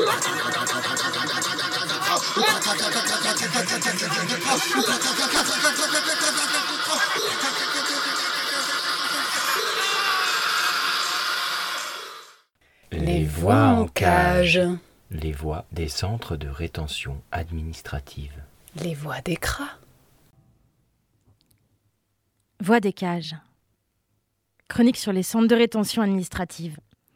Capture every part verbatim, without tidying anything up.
Les voix en cage. Les voix des centres de rétention administrative. Les voix des C R A. Voix des cages. Chronique sur les centres de rétention administrative.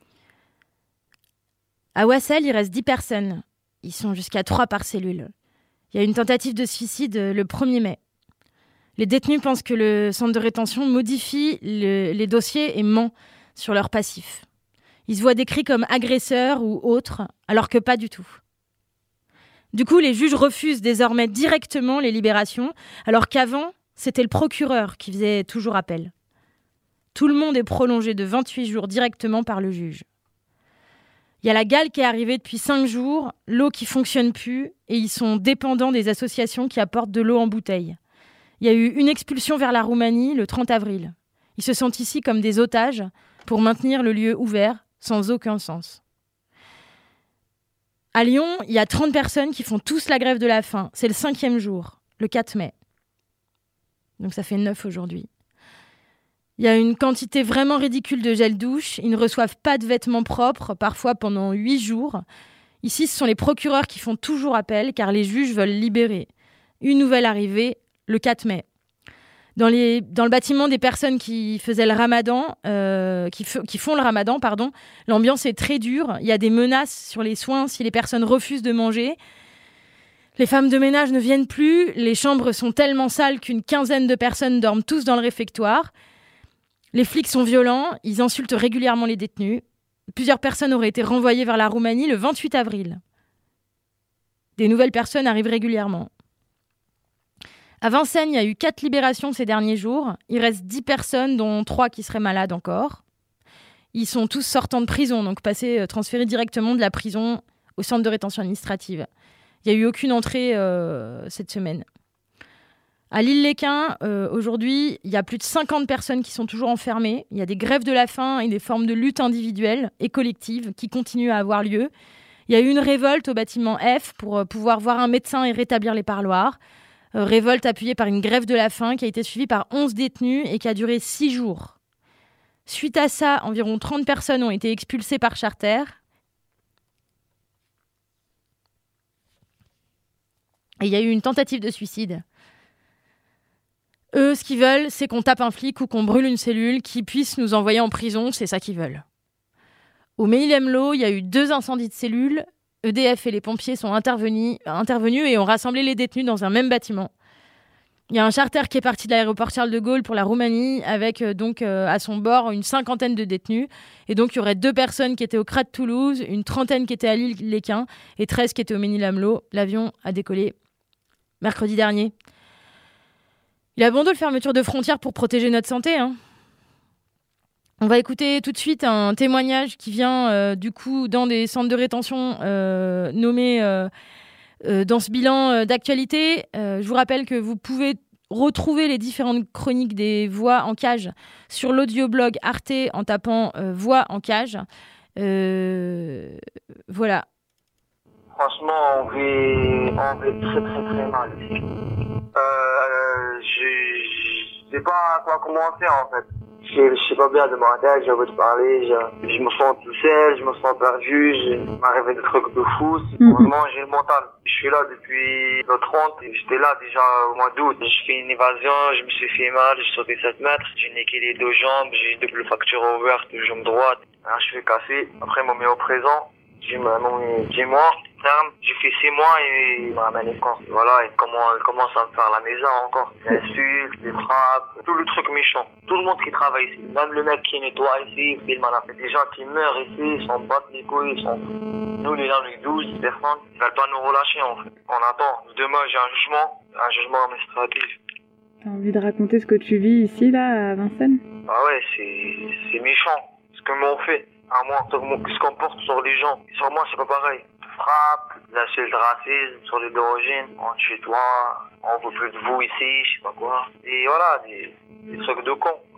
À Ouassel, il reste dix personnes. Ils sont jusqu'à trois par cellule. Il y a une tentative de suicide le premier mai. Les détenus pensent que le centre de rétention modifie le, les dossiers et ment sur leur passif. Ils se voient décrits comme agresseurs ou autres, alors que pas du tout. Du coup, les juges refusent désormais directement les libérations, alors qu'avant, c'était le procureur qui faisait toujours appel. Tout le monde est prolongé de vingt-huit jours directement par le juge. Il y a la gale qui est arrivée depuis cinq jours, l'eau qui fonctionne plus, et ils sont dépendants des associations qui apportent de l'eau en bouteille. Il y a eu une expulsion vers la Roumanie le trente avril. Ils se sentent ici comme des otages pour maintenir le lieu ouvert, sans aucun sens. À Lyon, il y a trente personnes qui font tous la grève de la faim. C'est le cinquième jour, le quatre mai. Donc ça fait neuf aujourd'hui. Il y a une quantité vraiment ridicule de gel douche. Ils ne reçoivent pas de vêtements propres, parfois pendant huit jours. Ici, ce sont les procureurs qui font toujours appel, car les juges veulent libérer. Une nouvelle arrivée, le quatre mai. Dans, les, dans le bâtiment des personnes qui faisaient le ramadan, euh, qui, f- qui font le ramadan, pardon, l'ambiance est très dure. Il y a des menaces sur les soins si les personnes refusent de manger. Les femmes de ménage ne viennent plus. Les chambres sont tellement sales qu'une quinzaine de personnes dorment tous dans le réfectoire. Les flics sont violents. Ils insultent régulièrement les détenus. Plusieurs personnes auraient été renvoyées vers la Roumanie le vingt-huit avril. Des nouvelles personnes arrivent régulièrement. À Vincennes, il y a eu quatre libérations ces derniers jours. Il reste dix personnes, dont trois qui seraient malades encore. Ils sont tous sortants de prison, donc passés, euh, transférés directement de la prison au centre de rétention administrative. Il n'y a eu aucune entrée euh, cette semaine. À l'Île-les-Quins, euh, aujourd'hui, il y a plus de cinquante personnes qui sont toujours enfermées. Il y a des grèves de la faim et des formes de lutte individuelle et collective qui continuent à avoir lieu. Il y a eu une révolte au bâtiment F pour euh, pouvoir voir un médecin et rétablir les parloirs. Euh, révolte appuyée par une grève de la faim qui a été suivie par onze détenus et qui a duré six jours. Suite à ça, environ trente personnes ont été expulsées par charter. Et il y a eu une tentative de suicide. Eux, ce qu'ils veulent, c'est qu'on tape un flic ou qu'on brûle une cellule, qu'ils puissent nous envoyer en prison, c'est ça qu'ils veulent. Au Mesnil-Amelot, il y a eu deux incendies de cellules. E D F et les pompiers sont intervenus, intervenus et ont rassemblé les détenus dans un même bâtiment. Il y a un charter qui est parti de l'aéroport Charles de Gaulle pour la Roumanie avec euh, donc euh, à son bord une cinquantaine de détenus. Et donc il y aurait deux personnes qui étaient au C R A de Toulouse, une trentaine qui étaient à l'Île-les-Quins et treize qui étaient au Mesnil-Amelot. L'avion a décollé mercredi dernier. Il a bon dos de fermeture de frontières pour protéger notre santé, hein. On va écouter tout de suite un témoignage qui vient euh, du coup dans des centres de rétention euh, nommés euh, euh, dans ce bilan euh, d'actualité. Euh, je vous rappelle que vous pouvez retrouver les différentes chroniques des voix en cage sur l'audioblog Arte en tapant euh, voix en cage. Euh, voilà. Franchement, on vit, on vit très très très mal ici. Euh, je sais pas à quoi commencer en fait. Je, je sais pas bien de ma tête, j'ai envie de parler, je, je me sens tout seul, je me sens perdu, je m'arrive des trucs de fou. Mm-hmm. Vraiment, j'ai le mental. Je suis là depuis le trente, j'étais là déjà au mois d'août. Je fais une évasion, je me suis fait mal, j'ai sauté sept mètres, j'ai niqué les deux jambes, j'ai une double fracture ouverte, une jambe droite, un cheveu cassé. Après, ils m'ont mis au présent. J'ai mis dix mois, ferme. J'ai fait six mois et il m'a ramené encore. Voilà, et comment, il commence à me faire la maison encore. Des insultes, des frappes, tout le truc méchant. Tout le monde qui travaille ici, même le mec qui nettoie ici, il m'a fait des gens qui meurent ici, ils s'en battent les couilles, ils sont... Nous, les là, les douze personnes, ils veulent pas nous relâcher en fait. On attend. Demain, j'ai un jugement, un jugement administratif. T'as envie de raconter ce que tu vis ici, là, à Vincennes? Ah ouais, c'est, c'est méchant. Ce que m'ont fait. À moi, ce qu'on porte sur les gens. Sur moi, c'est pas pareil. Frappe, l'insulte racisme sur les d'origine, on tue toi, on veut plus de vous ici, je sais pas quoi. Et voilà, des, des trucs de cons.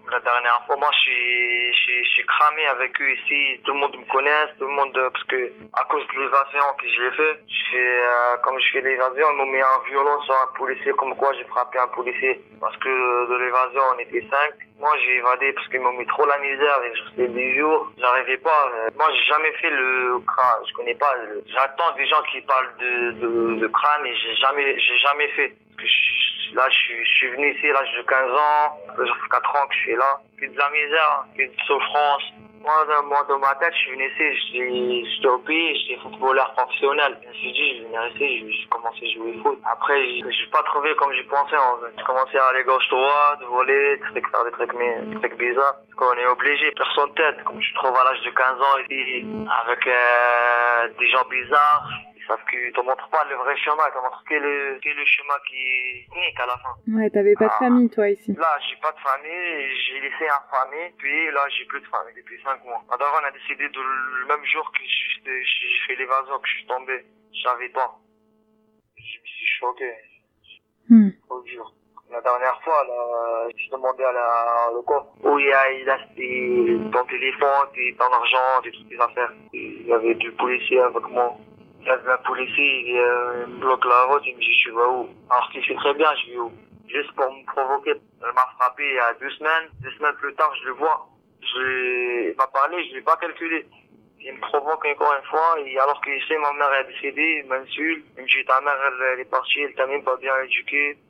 La dernière fois, moi, je suis, je suis, je suis cramé avec eux ici. Tout le monde me connaît, tout le monde, parce que, à cause de l'évasion que j'ai fait, je fais, euh, comme je fais l'évasion, ils m'ont mis en violon sur un policier, comme quoi j'ai frappé un policier. Parce que de l'évasion, on était cinq. Moi, j'ai évadé parce qu'ils m'ont mis trop la misère et je restais des jours. J'arrivais pas. Moi, j'ai jamais fait le crâne. Je connais pas. Le... J'attends des gens qui parlent de, de, de crâne et j'ai jamais, j'ai jamais fait. Parce que je, là, je suis, je suis venu ici à l'âge de quinze ans. Ça fait quatre ans que je suis là. Que de la misère, que de souffrance. Moi, dans, moi, dans ma tête, je suis venu ici, j'étais au pays, j'étais footballeur professionnel. Je me suis dit, je vais venir ici, j'ai commencé à jouer au foot. Après, je n'ai pas trouvé comme j'y pensais, en fait. J'ai commencé à aller gauche-droite, voler, faire des trucs, mais, des trucs bizarres. Parce qu'on est obligé, personne tête. Comme je trouve à l'âge de quinze ans ici, avec euh, des gens bizarres. Parce qu'ils te montrent pas le vrai chemin, ils te montrent que le, que le chemin qui est unique à la fin. Ouais, t'avais pas de ah, famille, toi, ici. Là, j'ai pas de famille, j'ai laissé un famille, puis là, j'ai plus de famille depuis cinq mois. Alors, on a décidé de, le même jour que j'ai fait l'évasion, que je suis tombé, je savais pas. Je me suis choqué. Hmm. Au jour. La dernière fois, là, j'ai demandé à la, le coffre où il y a, il a ton téléphone, ton argent, et toutes tes affaires. Il y avait deux policiers avec moi. Il y avait un policier, il, euh, il me bloque la route, il me dit, je vais où? Alors qu'il sait très bien, je vais où? Juste pour me provoquer. Elle m'a frappé il y a deux semaines. Deux semaines plus tard, je le vois. Je, il m'a parlé, je l'ai pas calculé. Il me provoque encore une fois, et alors qu'il sait, ma mère est décédée, il m'insulte. Il me dit, ta mère, elle, elle est partie, elle t'a même pas bien éduquée.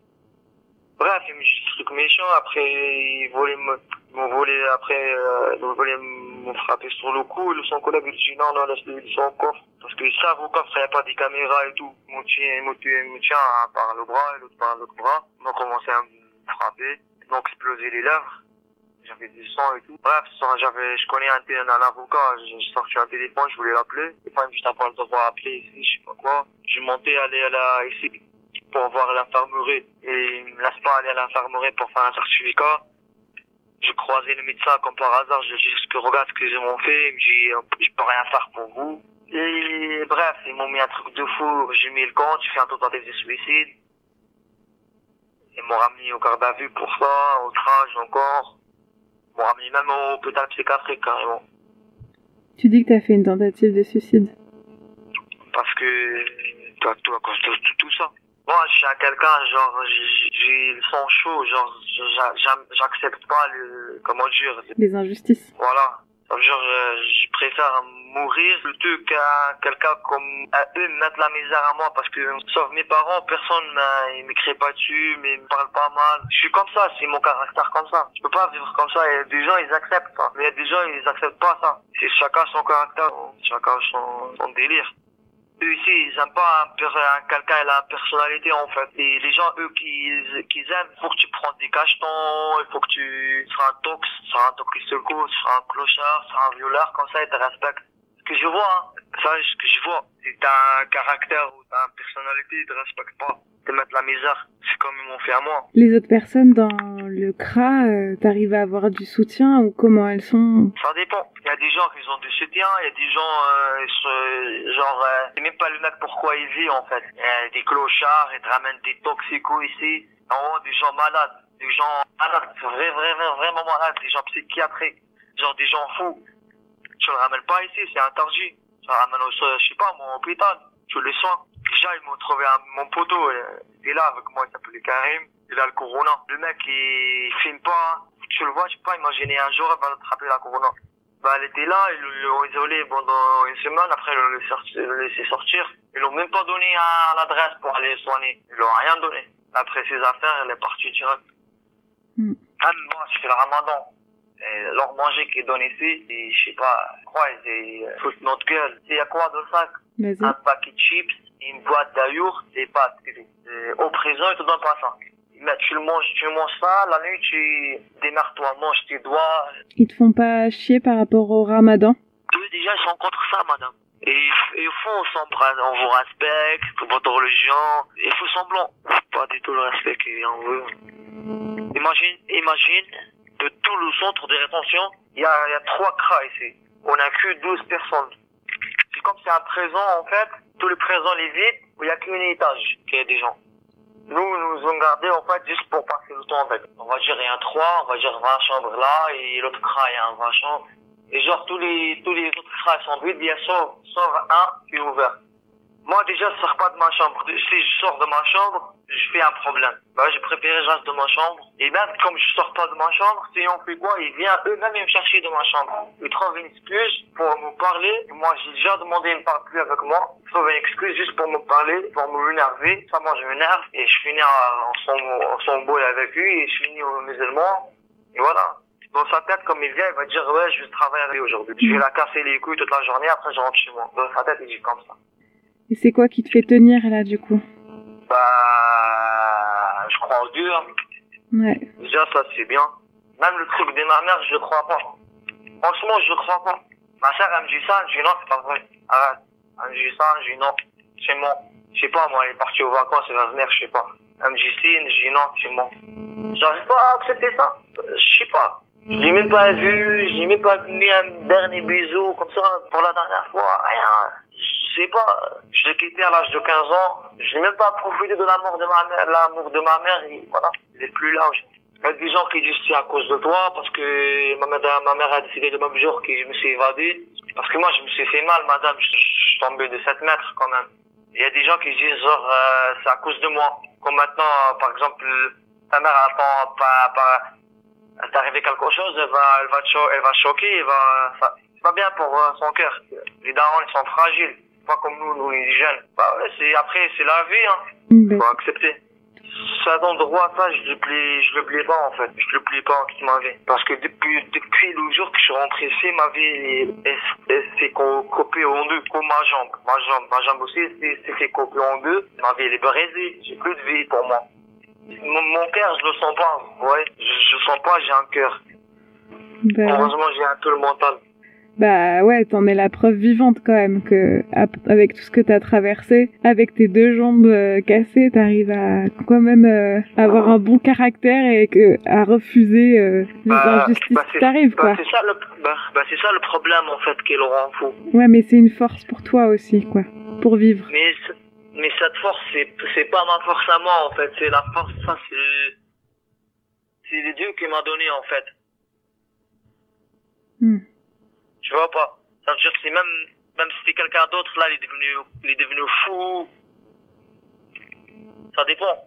Bref, il me dit des trucs méchants. Après, il voulait me, ils m'ont volé, après, euh, ils voulaient me frapper sur le cou. Et son collègue, il dit, non, non, laisse-le, il son coffre. Parce qu'ils savent au coffre, il n'y a pas des caméras et tout. Ils me tient, me me tient hein, par le bras et l'autre par l'autre bras. Ils m'ont commencé à me frapper. Ils m'ont explosé les lèvres. J'avais du sang et tout. Bref, j'avais, je connais un, un avocat, j'ai sorti un téléphone, je voulais l'appeler. Et puis, je t'ai pas le droit d'appeler ici, je sais pas quoi. J'ai monté aller à la, ici, pour voir l'infirmerie. Et il me laisse pas aller à l'infirmerie pour faire un certificat. J'ai croisé le médecin comme par hasard, je lui ai dit, regarde ce qu'ils m'ont fait. Il me dit, je peux rien faire pour vous. Et bref, ils m'ont mis un truc de fou, j'ai mis le compte, j'ai fait un tentative de suicide. Ils m'ont ramené au garde à vue pour ça, au outrage encore. Ils m'ont ramené même au hôpital psychiatrique carrément. Tu dis que t'as fait une tentative de suicide? Parce que, toi, toi, à cause de tout, tout ça. Moi, je suis à quelqu'un, genre, j'ai le sang chaud, genre, j'accepte pas le, comment dire. Les injustices. Voilà. Genre, je préfère mourir plutôt qu'à quelqu'un comme à eux me mettre la misère à moi parce que, sauf mes parents, personne ne m'écrit pas dessus, mais ils me parlent pas mal. Je suis comme ça, c'est mon caractère comme ça. Je peux pas vivre comme ça. Il y a des gens, ils acceptent ça. Mais il y a des gens, ils acceptent pas ça. C'est chacun son caractère, chacun son, son délire. Eux ici, ils aiment pas un, un, quelqu'un, il a une personnalité en fait. Et les gens, eux, qui, qui aiment, il faut que tu prennes des cachetons, il faut que tu seras un tox, tu seras un tox qui secoue, tu seras un clochard, tu seras un violeur, comme ça, ils te respectent. Ce que je vois, hein, ça, ce que je vois, si t'as un caractère ou t'as une personnalité, ils te respectent pas. Ils te mettent la misère. C'est comme ils m'ont fait à moi. Les autres personnes dans le C R A, euh, t'arrives à avoir du soutien ou comment elles sont? Ça dépend. Il y a des gens qui ont du soutien, il y a des gens, euh, ils sont, genre, euh, c'est même pas le mec pourquoi il vit en fait. Il y a des clochards, ils te ramènent des toxicos ici. En haut, des gens malades, des gens malades, vrai, vrai, vrai, vraiment malades, des gens psychiatriques, genre des gens fous. Tu le ramènes pas ici, c'est interdit. Tu le ramènes au, je sais pas, mon hôpital, tu les soins. Déjà, ils m'ont trouvé un, mon poteau, il est là avec moi, il s'appelle Karim, il a le corona. Le mec, il filme pas, tu le vois, je sais pas, imaginer un jour, il va attraper la corona. Bah, elle était là, ils l'ont isolé pendant une semaine, après ils l'ont laissé sortir. Ils l'ont même pas donné à l'adresse pour aller soigner. Ils l'ont rien donné. Après ses affaires, elle est partie direct. Mm. Même moi, je fais le ramadan. Et leur manger qu'ils donnent ici, et je sais pas, quoi, ils foutent notre gueule. Il y a quoi dans le sac? Vas-y. Un paquet de chips, une boîte de yaourt, des pâtes. Au prison, ils te donnent pas ça. Mais tu le manges, tu manges ça, la nuit, tu démarres-toi, mange tes doigts. Ils te font pas chier par rapport au ramadan? Oui, déjà, ils sont contre ça, madame. Et il faut, on s'embrasse, on vous respecte, votre religion, il faut semblant. Pas du tout le respect qu'on veut. Imagine, imagine, de tout le centre de rétention, il y a, y a trois C R A ici. On a que douze personnes. C'est comme c'est un présent, en fait, tout le présent est vide, où il n'y a qu'un étage qu'il y a des gens. Nous, nous ont gardés en fait juste pour passer le temps en fait. On va dire il y a un trois, on va dire vingt chambres là, et l'autre cra il y a un vingt chambres. Et genre tous les tous les autres cras sont vides, il y a sauf, sauf un qui est ouvert. Moi déjà je sors pas de ma chambre. Si je sors de ma chambre, je fais un problème. Bah j'ai préféré je reste de ma chambre. Et même comme je sors pas de ma chambre, si on fait quoi, ils viennent eux-mêmes me chercher de ma chambre. Ils trouvent une excuse pour me parler. Moi j'ai déjà demandé, ils ne parlent plus avec moi. Ils trouvent une excuse juste pour me parler, pour me énerver. Ça moi je m'énerve et je finis en son en son bol avec lui et je finis au musulman. Et voilà. Dans sa tête, comme il vient, il va dire ouais je vais travailler avec lui aujourd'hui. Je vais la casser les couilles toute la journée, après je rentre chez moi. Dans sa tête il dit comme ça. Et c'est quoi qui te fait tenir là du coup? Bah, je crois en Dieu. Hein. Ouais. Déjà, ça c'est bien. Même le truc de ma mère, je le crois pas. Franchement, je le crois pas. Ma soeur, elle me dit ça, je dis non, c'est pas vrai. Arrête. Elle me dit ça, je dis non, c'est moi. Je sais pas, moi, elle est partie aux vacances, elle va venir, je sais pas. Elle me dit si, je dis non, c'est moi. J'arrive pas à accepter ça. Je sais pas. Je l'ai même pas vu, je l'ai même pas mis un dernier bisou comme ça pour la dernière fois, rien. Je sais pas, je l'ai quitté à l'âge de quinze ans, je n'ai même pas profité de l'amour de ma mère, l'amour de ma mère, et voilà, il est plus là aujourd'hui. Il y a des gens qui disent c'est à cause de toi, parce que ma mère, ma mère a décidé le même jour que je me suis évadé. Parce que moi, je me suis fait mal, madame, je, je suis tombé de sept mètres quand même. Il y a des gens qui disent genre, euh, c'est à cause de moi. Comme maintenant, par exemple, ta mère attend pas, pas, t'est arrivé quelque chose, elle va, elle va, cho- elle va choquer, elle va, ça, c'est pas bien pour euh, son cœur. Les darons, ils sont fragiles. Pas comme nous, nous les jeunes. Bah ouais, c'est, après, c'est la vie, hein. Ben. Faut accepter. Ça donne droit à ça, je l'oublie, je l'oublie pas, en fait. Je l'oublie pas en toute ma vie. Parce que depuis, depuis le jour que je suis rentré ici, ma vie, elle, elle, elle s'est coupée en deux. Comme ma jambe. Ma jambe, ma jambe aussi, elle s'est fait couper en deux. Ma vie, elle est brisée. J'ai plus de vie pour moi. Mon, mon cœur, je le sens pas. Ouais. Je, je sens pas, j'ai un cœur. Ben. Heureusement, j'ai un peu le mental. Bah ouais, t'en es la preuve vivante quand même que avec tout ce que t'as traversé, avec tes deux jambes euh, cassées, t'arrives à quand même euh, avoir un bon caractère et que à refuser euh, les bah, injustices bah qui t'arrivent bah, quoi. C'est ça le bah, bah c'est ça le problème en fait qui le rend fou. Ouais, mais c'est une force pour toi aussi quoi, pour vivre. Mais mais cette force c'est c'est pas ma force à moi en fait, c'est la force ça c'est c'est les dieux qui m'a donné en fait. Hmm. Tu vois pas. Ça veut dire que c'est même, même si c'est quelqu'un d'autre, là, il est devenu, il est devenu fou. Ça dépend.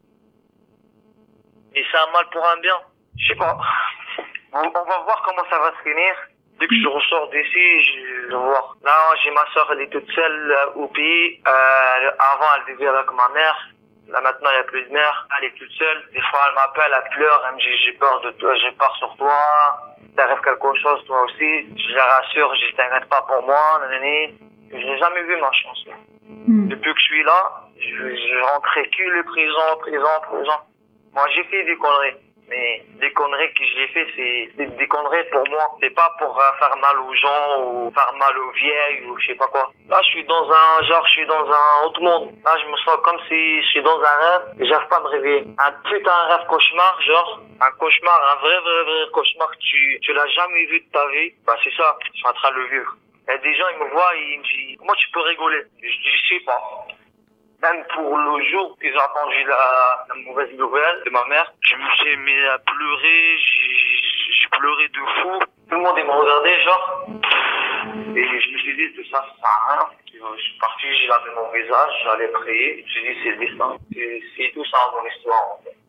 Et c'est un mal pour un bien. Je sais pas. On, on va voir comment ça va se finir. Dès que je ressors d'ici, je vais voir. Là, j'ai ma soeur, elle est toute seule euh, au pays. Euh, avant, elle vivait avec ma mère. Là, maintenant, il n'y a plus de mère. Elle est toute seule. Des fois, elle m'appelle, elle pleure. Elle me dit, j'ai peur de toi, j'ai peur sur toi. T'arrive quelque chose, toi aussi. Je la rassure, je t'inquiète pas pour moi, nanani. Je n'ai jamais vu ma chance. Mm. Depuis que je suis là, je, je rentrais que les prisons, prison, prison. Moi, j'ai fait des conneries. Mais des conneries que j'ai fait, c'est des, des conneries pour moi. C'est pas pour euh, faire mal aux gens ou faire mal aux vieilles ou je sais pas quoi. Là, je suis dans un genre, je suis dans un autre monde. Là, je me sens comme si je suis dans un rêve et j'arrive pas à me réveiller. Un putain de rêve cauchemar, genre un cauchemar, un vrai, vrai, vrai cauchemar que tu, tu l'as jamais vu de ta vie. Bah c'est ça, je suis en train de le vivre. Il y a des gens, ils me voient, ils me disent, comment tu peux rigoler? Je dis, je sais pas. Même pour le jour qu'ils ont entendu la, la mauvaise nouvelle de ma mère, je me suis mis à pleurer, j'ai, j'ai pleuré de fou. Tout le monde il m'a regardé genre, et je me suis dit que ça, ça sert à rien. Je suis parti, j'ai lavé mon visage, j'allais prier, je me suis dit c'est le destin. C'est, c'est tout ça mon histoire en fait.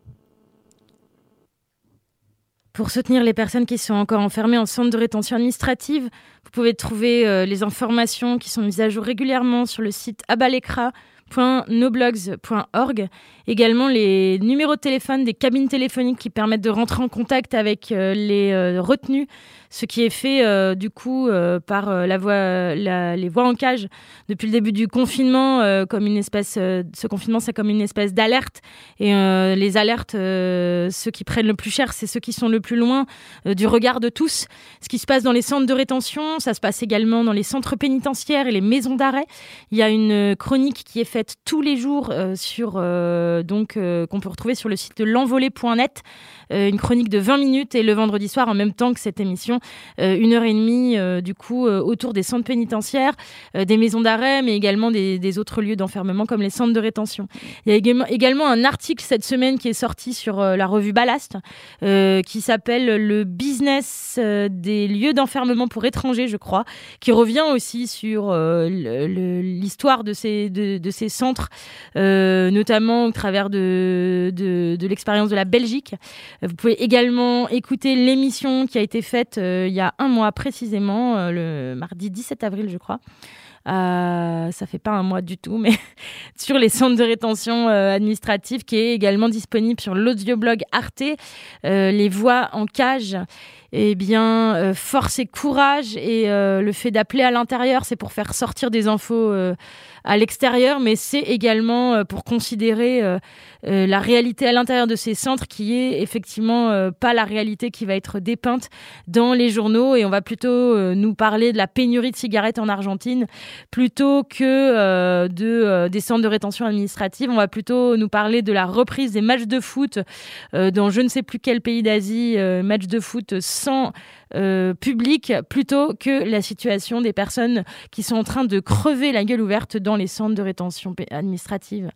Pour soutenir les personnes qui sont encore enfermées en centre de rétention administrative, vous pouvez trouver euh, les informations qui sont mises à jour régulièrement sur le site abalekra point noblogs point org. Également les numéros de téléphone des cabines téléphoniques qui permettent de rentrer en contact avec euh, les euh, retenus, ce qui est fait euh, du coup euh, par euh, la voie, la, les voies en cage depuis le début du confinement, euh, comme une espèce, euh, ce confinement c'est comme une espèce d'alerte et euh, les alertes, euh, ceux qui prennent le plus cher, c'est ceux qui sont le plus loin euh, du regard de tous. Ce qui se passe dans les centres de rétention, ça se passe également dans les centres pénitentiaires et les maisons d'arrêt. Il y a une chronique qui est faite tous les jours euh, sur euh, donc euh, qu'on peut retrouver sur le site de l'envolée point net, euh, une chronique de vingt minutes et le vendredi soir en même temps que cette émission euh, une heure et demie euh, du coup euh, autour des centres pénitentiaires, euh, des maisons d'arrêt, mais également des, des autres lieux d'enfermement comme les centres de rétention. Il y a également, également un article cette semaine qui est sorti sur euh, la revue Ballast euh, qui s'appelle Le business euh, des lieux d'enfermement pour étrangers, je crois, qui revient aussi sur euh, le, le, l'histoire de ces, de, de ces centres, euh, notamment au travers de, de, de l'expérience de la Belgique. Vous pouvez également écouter l'émission qui a été faite euh, il y a un mois précisément, euh, le mardi dix-sept avril, je crois. Euh, ça fait pas un mois du tout, mais sur les centres de rétention euh, administrative, qui est également disponible sur l'audioblog Arte, euh, Les Voix en cage. Eh bien, euh, force et courage, et euh, le fait d'appeler à l'intérieur, c'est pour faire sortir des infos euh, à l'extérieur, mais c'est également euh, pour considérer euh, euh, la réalité à l'intérieur de ces centres, qui est effectivement euh, pas la réalité qui va être dépeinte dans les journaux. Et on va plutôt euh, nous parler de la pénurie de cigarettes en Argentine plutôt que euh, de, euh, des centres de rétention administrative. On va plutôt nous parler de la reprise des matchs de foot euh, dans je ne sais plus quel pays d'Asie, euh, matchs de foot sans euh, public, plutôt que la situation des personnes qui sont en train de crever la gueule ouverte dans les centres de rétention administrative.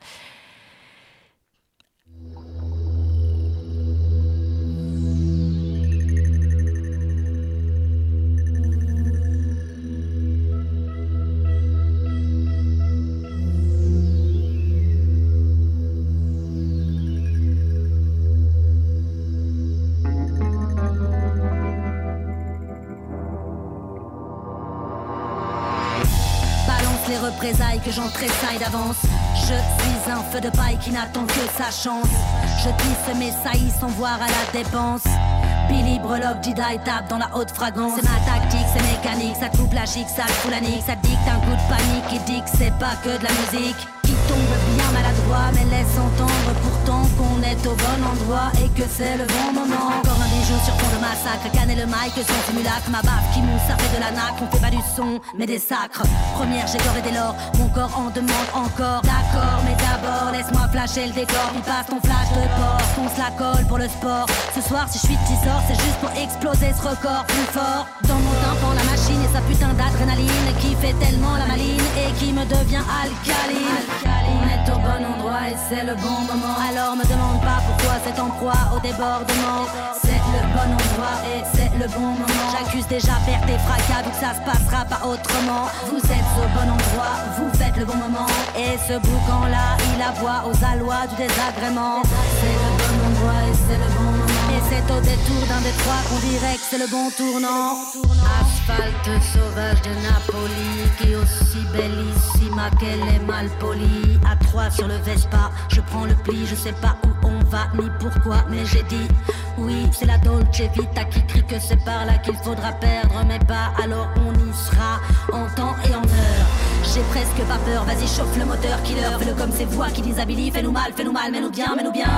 Les représailles que j'en tressaille d'avance. Je suis un feu de paille qui n'attend que sa chance. Je tisse mes saillies sans voir à la dépense. Billy breloque, Jedi tape dans la haute fragrance. C'est ma tactique, c'est mécanique, ça coupe la chic, ça fout la nique. Ça dicte un coup de panique qui dit que c'est pas que de la musique. Qui tombe bien maladroit mais laisse entendre pourtant qu'on est au bon endroit et que c'est le bon moment. Encore un bijou sur fond de massacre, Canne et le mic son simulacre. Ma baffe qui mousse, ça fait de la nacre. On fait pas du son mais des sacres. Première j'ai goré dès lors, mon corps en demande encore. D'accord mais d'abord laisse-moi flasher le décor. Il passe ton flash de porc, on se la colle pour le sport. Ce soir si je suis petit sort, c'est juste pour exploser ce record plus fort. Dans mon tympan la machine et sa putain d'adrénaline qui fait tellement la maline et qui me devient alcaline. On est au bon endroit et c'est le bon moment. Alors me demande pas pourquoi c'est en proie au débordement. C'est le bon endroit et c'est le bon moment. J'accuse déjà perte et fracas vu que ça se passera pas autrement. Vous êtes au bon endroit, vous faites le bon moment. Et ce boucan là il aboie aux alois du désagrément. C'est le bon endroit et c'est le bon moment. Et c'est au détour d'un détroit qu'on dirait que c'est le bon tournant. Asphalte sauvage de Napoli, qui est aussi bellissima qu'elle est mal polie. À trois sur le Vespa, je prends le pli, je sais pas où on va ni pourquoi, mais j'ai dit oui, c'est la Dolce Vita qui crie que c'est par là qu'il faudra perdre mes pas. Alors on y sera en temps et en heure. J'ai presque pas peur, vas-y chauffe le moteur killer. Fais-le comme ces voix qui disent Billy, fais-nous mal, fais-nous mal, mets-nous bien, mets-nous bien.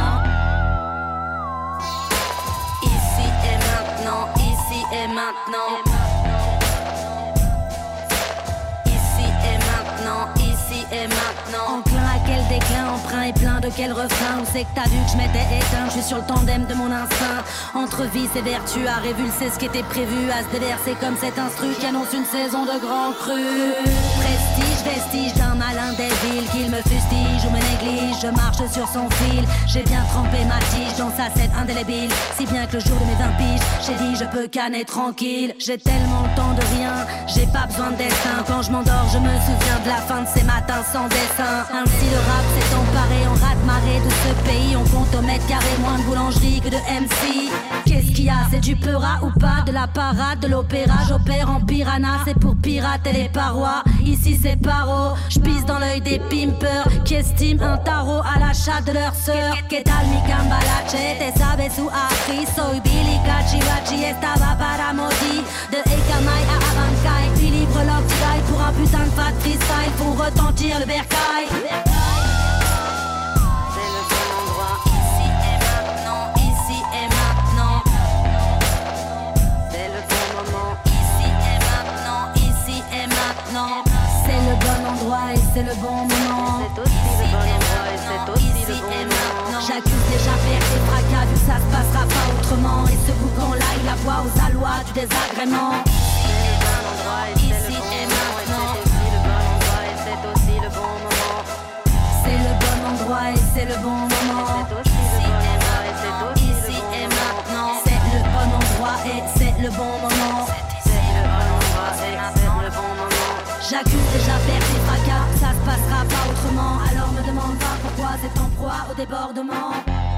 Ici et maintenant, ici et maintenant. Ici et maintenant, ici et maintenant. Enclin à quel déclin, emprunt et plein de quel refrain. Où c'est que t'as vu que je m'étais éteint, je suis sur le tandem de mon instinct. Entre vice et vertu, à révulser ce qui était prévu, à se déverser comme cet instru qui annonce une saison de grand cru. Prestige, vestige d'un malin des villes, qu'il me fustige ou me néglige, je marche sur son fil. J'ai bien trempé ma tige dans sa scène indélébile, si bien que le jour de mes vingt piges, j'ai dit je peux canner tranquille. J'ai tellement le temps de rien, j'ai pas besoin de destin. Quand je m'endors, je me souviens de la fin de ces matins sans dessin. Ainsi le rap s'est emparé en raz-de-marée de ce pays. On compte au mètre carré moins de boulangerie que de M C. Qu'est-ce qu'il y a, c'est du peura ou pas? De la parade, de l'opéra, j'opère en piranha. C'est pour pirater les parois, ici c'est paro. J'pisse dans l'œil des pimpers qui estiment un tarot à l'achat de leur sœur. Que tal mi cambalache, te sabes su acri. Soy Billy Cachivachi, estaba para modi. De Ekamai à Abankai, puis libre l'octile pour un putain de fat freestyle pour retentir le bercail. C'est le bon endroit, ici et maintenant, ici et maintenant. C'est le bon moment, ici et maintenant, ici et maintenant. C'est le bon endroit et c'est le bon moment. C'est aussi le bon endroit et c'est aussi le bon moment. J'accuse déjà perte et fracas vu que ça se passera pas autrement. autrement. Et ce boucan là il aboie aux alois du désagrément. Ici et maintenant. C'est aussi le bon moment. C'est le bon endroit et c'est le bon moment. Ici et maintenant. C'est le bon endroit et c'est le bon moment. C'est le bon endroit et c'est le bon moment. J'accuse déjà faire des fracas, ça se passera pas autrement. Alors me demande pas pourquoi c'est en proie au débordement.